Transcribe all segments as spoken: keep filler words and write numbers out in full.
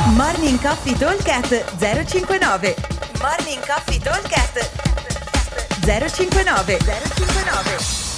Morning Coffee Talkcast zero cinquantanove. Morning Coffee Talkcast zero cinquantanove. zero cinquantanove.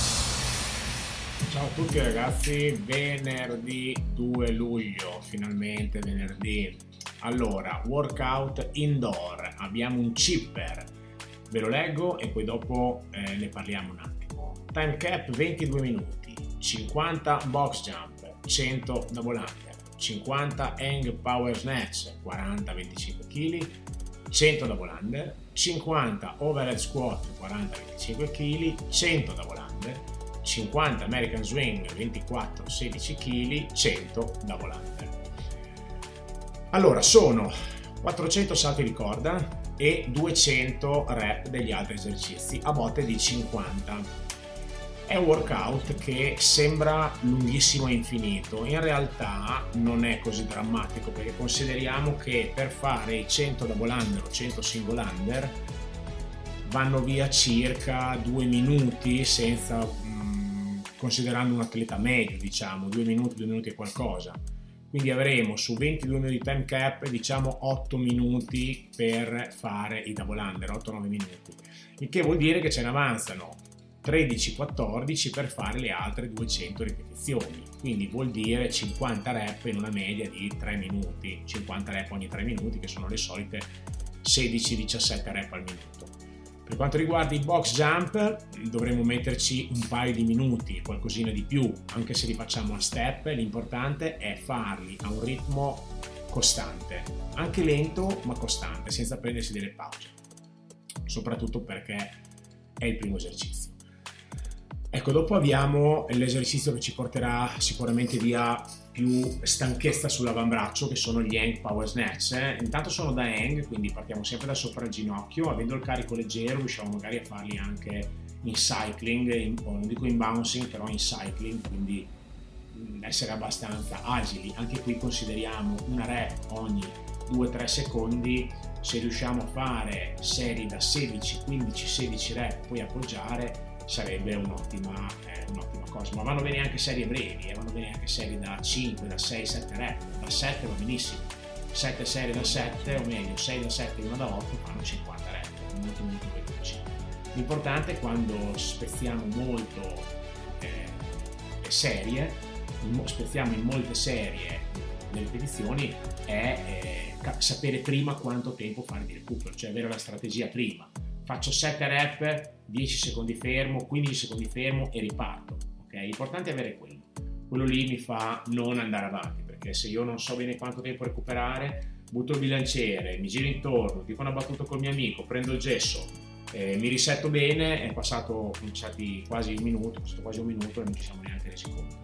Ciao a tutti ragazzi, venerdì due luglio, finalmente venerdì. Allora, workout indoor, abbiamo un chipper, ve lo leggo e poi dopo eh, ne parliamo un attimo. Time cap ventidue minuti, cinquanta box jump, cento double under, cinquanta hang power snatch, quaranta venticinque chili, cento double under, cinquanta overhead squat, quaranta venticinque chili, cento double under, cinquanta American swing, ventiquattro sedici chili, cento double under. Allora, sono quattrocento salti di corda e duecento rep degli altri esercizi a botte di cinquanta. È un workout che sembra lunghissimo e infinito, in realtà non è così drammatico, perché consideriamo che per fare i cento double under o cento single under vanno via circa due minuti, senza mh, considerando un atleta medio, diciamo due minuti, due minuti e qualcosa. Quindi avremo su ventidue minuti di time cap, diciamo otto minuti per fare i double under, otto nove minuti, il che vuol dire che ce ne avanzano tredici quattordici per fare le altre duecento ripetizioni, quindi vuol dire cinquanta rep in una media di tre minuti, cinquanta rep ogni tre minuti, che sono le solite sedici diciassette rep al minuto. Per quanto riguarda i box jump dovremo metterci un paio di minuti, qualcosina di più, anche se li facciamo a step. L'importante è farli a un ritmo costante, anche lento ma costante, senza prendersi delle pause, soprattutto perché è il primo esercizio. Ecco, dopo abbiamo l'esercizio che ci porterà sicuramente via più stanchezza sull'avambraccio, che sono gli hang power snatch. Eh. Intanto sono da hang, quindi partiamo sempre da sopra il ginocchio, avendo il carico leggero riusciamo magari a farli anche in cycling, in, o non dico in bouncing, però in cycling, quindi essere abbastanza agili. Anche qui consideriamo una rep ogni due tre secondi. Se riusciamo a fare serie da sedici quindici sedici rep poi appoggiare, sarebbe un'ottima, eh, un'ottima cosa. Ma vanno bene anche serie brevi, eh, vanno bene anche serie da cinque, da sei, sette rep, da sette va benissimo, sette serie da sette, o meglio sei da sette e una da otto fanno cinquanta rep, molto molto veloci. L'importante è quando spezziamo molto eh, le serie, spezziamo in molte serie le ripetizioni, è eh, sapere prima quanto tempo fare di recupero, cioè avere la strategia prima. Faccio sette rep, dieci secondi fermo, quindici secondi fermo e riparto, ok? L'importante è avere quello. Quello lì mi fa non andare avanti, perché se io non so bene quanto tempo recuperare, butto il bilanciere, mi giro intorno, dico una battuta col mio amico, prendo il gesso, eh, mi risetto bene, è passato cominciati quasi un minuto, è passato quasi un minuto e non ci siamo neanche resi conto,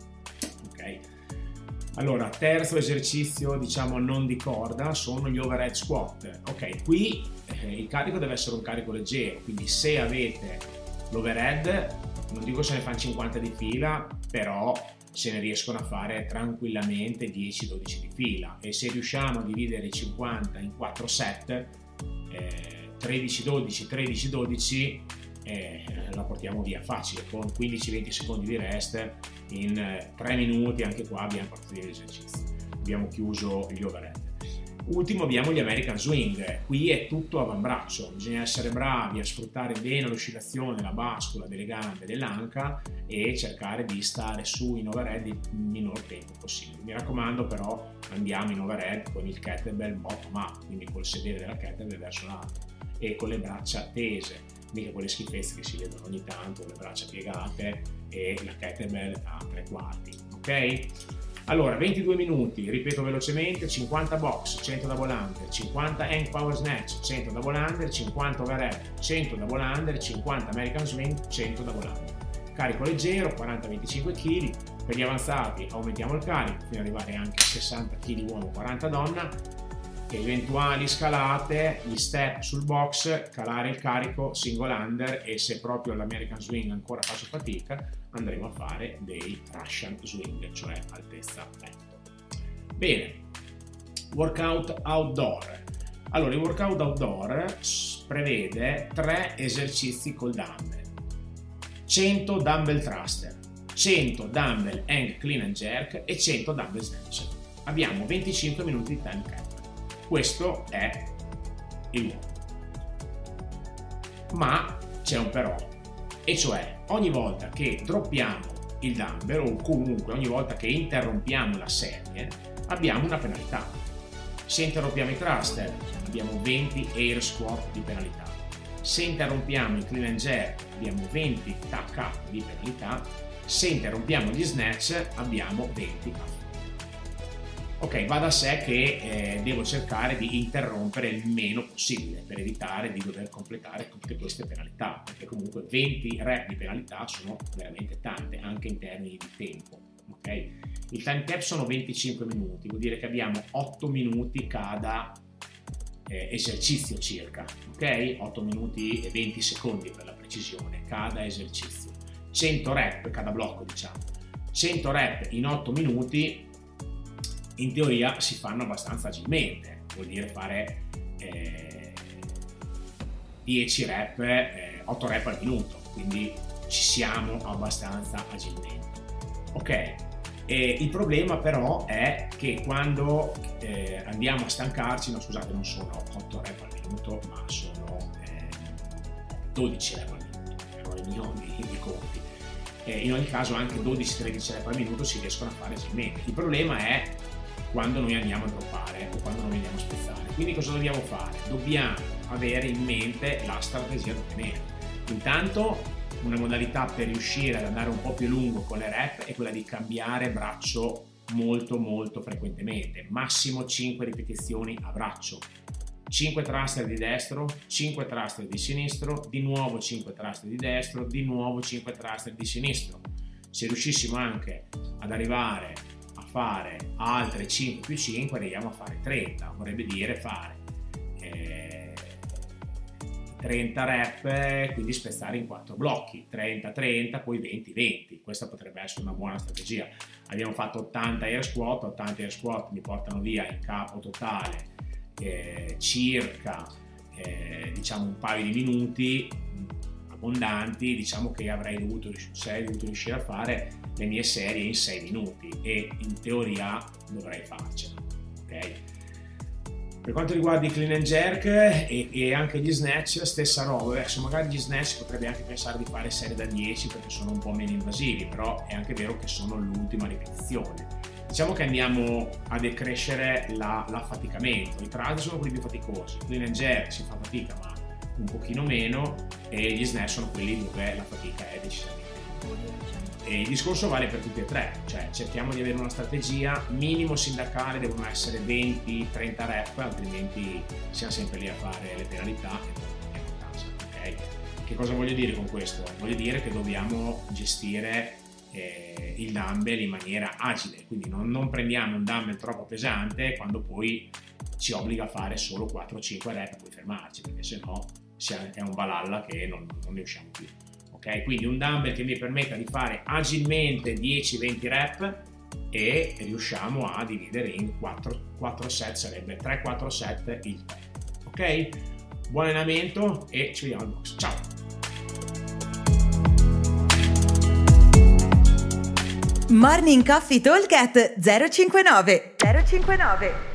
ok? Allora, terzo esercizio, diciamo non di corda, sono gli overhead squat. Ok, qui eh, il carico deve essere un carico leggero, quindi se avete l'overhead, non dico se ne fanno cinquanta di fila, però se ne riescono a fare tranquillamente dieci dodici di fila, e se riusciamo a dividere i cinquanta in quattro set, eh, tredici dodici tredici dodici, eh, la portiamo via facile, con quindici venti secondi di rest. In tre minuti anche qua abbiamo partito gli esercizi, abbiamo chiuso gli overhead. Ultimo abbiamo gli American swing, qui è tutto avambraccio, bisogna essere bravi a sfruttare bene l'oscillazione, la bascula delle gambe, dell'anca, e cercare di stare su in overhead il minor tempo possibile. Mi raccomando però, andiamo in overhead con il kettlebell bottom up, quindi col sedere della kettlebell verso l'alto e con le braccia tese, mica quelle schifezze che si vedono ogni tanto, le braccia piegate e la kettlebell a tre quarti, ok? Allora, ventidue minuti, ripeto velocemente: cinquanta box, cento double under, cinquanta hang power snatch, cento double under, cinquanta overhead, cento double under, cinquanta American swing, cento double under. Carico leggero, quaranta venticinque chili. Per gli avanzati aumentiamo il carico fino ad arrivare anche a sessanta chili uomo, quaranta donna. Eventuali scalate, gli step sul box, calare il carico single under, e se proprio l'American swing ancora faccio fatica andremo a fare dei Russian swing, cioè altezza petto. Bene, workout outdoor. Allora, il workout outdoor prevede tre esercizi col dumbbell, cento dumbbell thruster, cento dumbbell hang clean and jerk e cento dumbbell snatch. abbiamo venticinque minuti di time cap. Questo è il uomo. Ma c'è un però, e cioè ogni volta che droppiamo il dumbbell o comunque ogni volta che interrompiamo la serie abbiamo una penalità. Se interrompiamo i thruster abbiamo venti air squat di penalità. Se interrompiamo il clean and jerk abbiamo venti tuck up di penalità. Se interrompiamo gli snatch abbiamo venti up. Ok, va da sé che eh, devo cercare di interrompere il meno possibile per evitare di dover completare tutte queste penalità, perché comunque venti rep di penalità sono veramente tante, anche in termini di tempo. Okay? Il time cap sono venticinque minuti, vuol dire che abbiamo otto minuti cada eh, esercizio circa, ok? otto minuti e venti secondi per la precisione, cada esercizio. cento rep cada blocco, diciamo. cento rep in otto minuti in teoria si fanno abbastanza agilmente, vuol dire fare eh, dieci rep, eh, otto rep al minuto, quindi ci siamo abbastanza agilmente. Ok, e il problema però è che quando eh, andiamo a stancarci, no scusate, non sono otto rep al minuto, ma sono eh, dodici rep al minuto, errore mio di conti. Eh, in ogni caso anche dodici tredici rep al minuto si riescono a fare agilmente. Il problema è quando noi andiamo a droppare o quando noi andiamo a spezzare. Quindi cosa dobbiamo fare? Dobbiamo avere in mente la strategia da tenere. Intanto una modalità per riuscire ad andare un po' più lungo con le rep è quella di cambiare braccio molto molto frequentemente, massimo cinque ripetizioni a braccio, cinque thruster di destro, cinque thruster di sinistro, di nuovo cinque thruster di destro, di nuovo cinque thruster di sinistro. Se riuscissimo anche ad arrivare a fare altre cinque più cinque arriviamo a fare trenta, vorrebbe dire fare eh, trenta rep, quindi spezzare in quattro blocchi, trenta trenta, poi venti venti. Questa potrebbe essere una buona strategia. Abbiamo fatto ottanta air squat, ottanta air squat mi portano via in capo totale eh, circa eh, diciamo un paio di minuti abbondanti. Diciamo che avrei dovuto, sarei dovuto riuscire a fare le mie serie in sei minuti e in teoria dovrei farcela, ok? Per quanto riguarda i clean and jerk e, e anche gli snatch, stessa roba. Adesso magari gli snatch potrebbe anche pensare di fare serie da dieci perché sono un po' meno invasivi, però è anche vero che sono l'ultima ripetizione. Diciamo che andiamo a decrescere la, l'affaticamento. I thrust sono quelli più faticosi, il clean and jerk si fa fatica ma un pochino meno, e gli snatch sono quelli dove la fatica è decisamente più. E il discorso vale per tutti e tre, cioè cerchiamo di avere una strategia, minimo sindacale devono essere venti trenta rep, altrimenti siamo sempre lì a fare le penalità e poi andiamo a casa, ok? Che cosa voglio dire con questo? Voglio dire che dobbiamo gestire eh, il dumbbell in maniera agile, quindi non, non prendiamo un dumbbell troppo pesante quando poi ci obbliga a fare solo quattro cinque rep e poi fermarci, perché sennò è un valhalla che non, non ne usciamo più. Okay, quindi un dumbbell che mi permetta di fare agilmente dieci venti rep e riusciamo a dividere in quattro, quattro set, sarebbe tre quattro set il top. Ok? Buon allenamento e ci vediamo al box. Ciao! Morning Coffee Talk at zero cinquantanove zero cinquantanove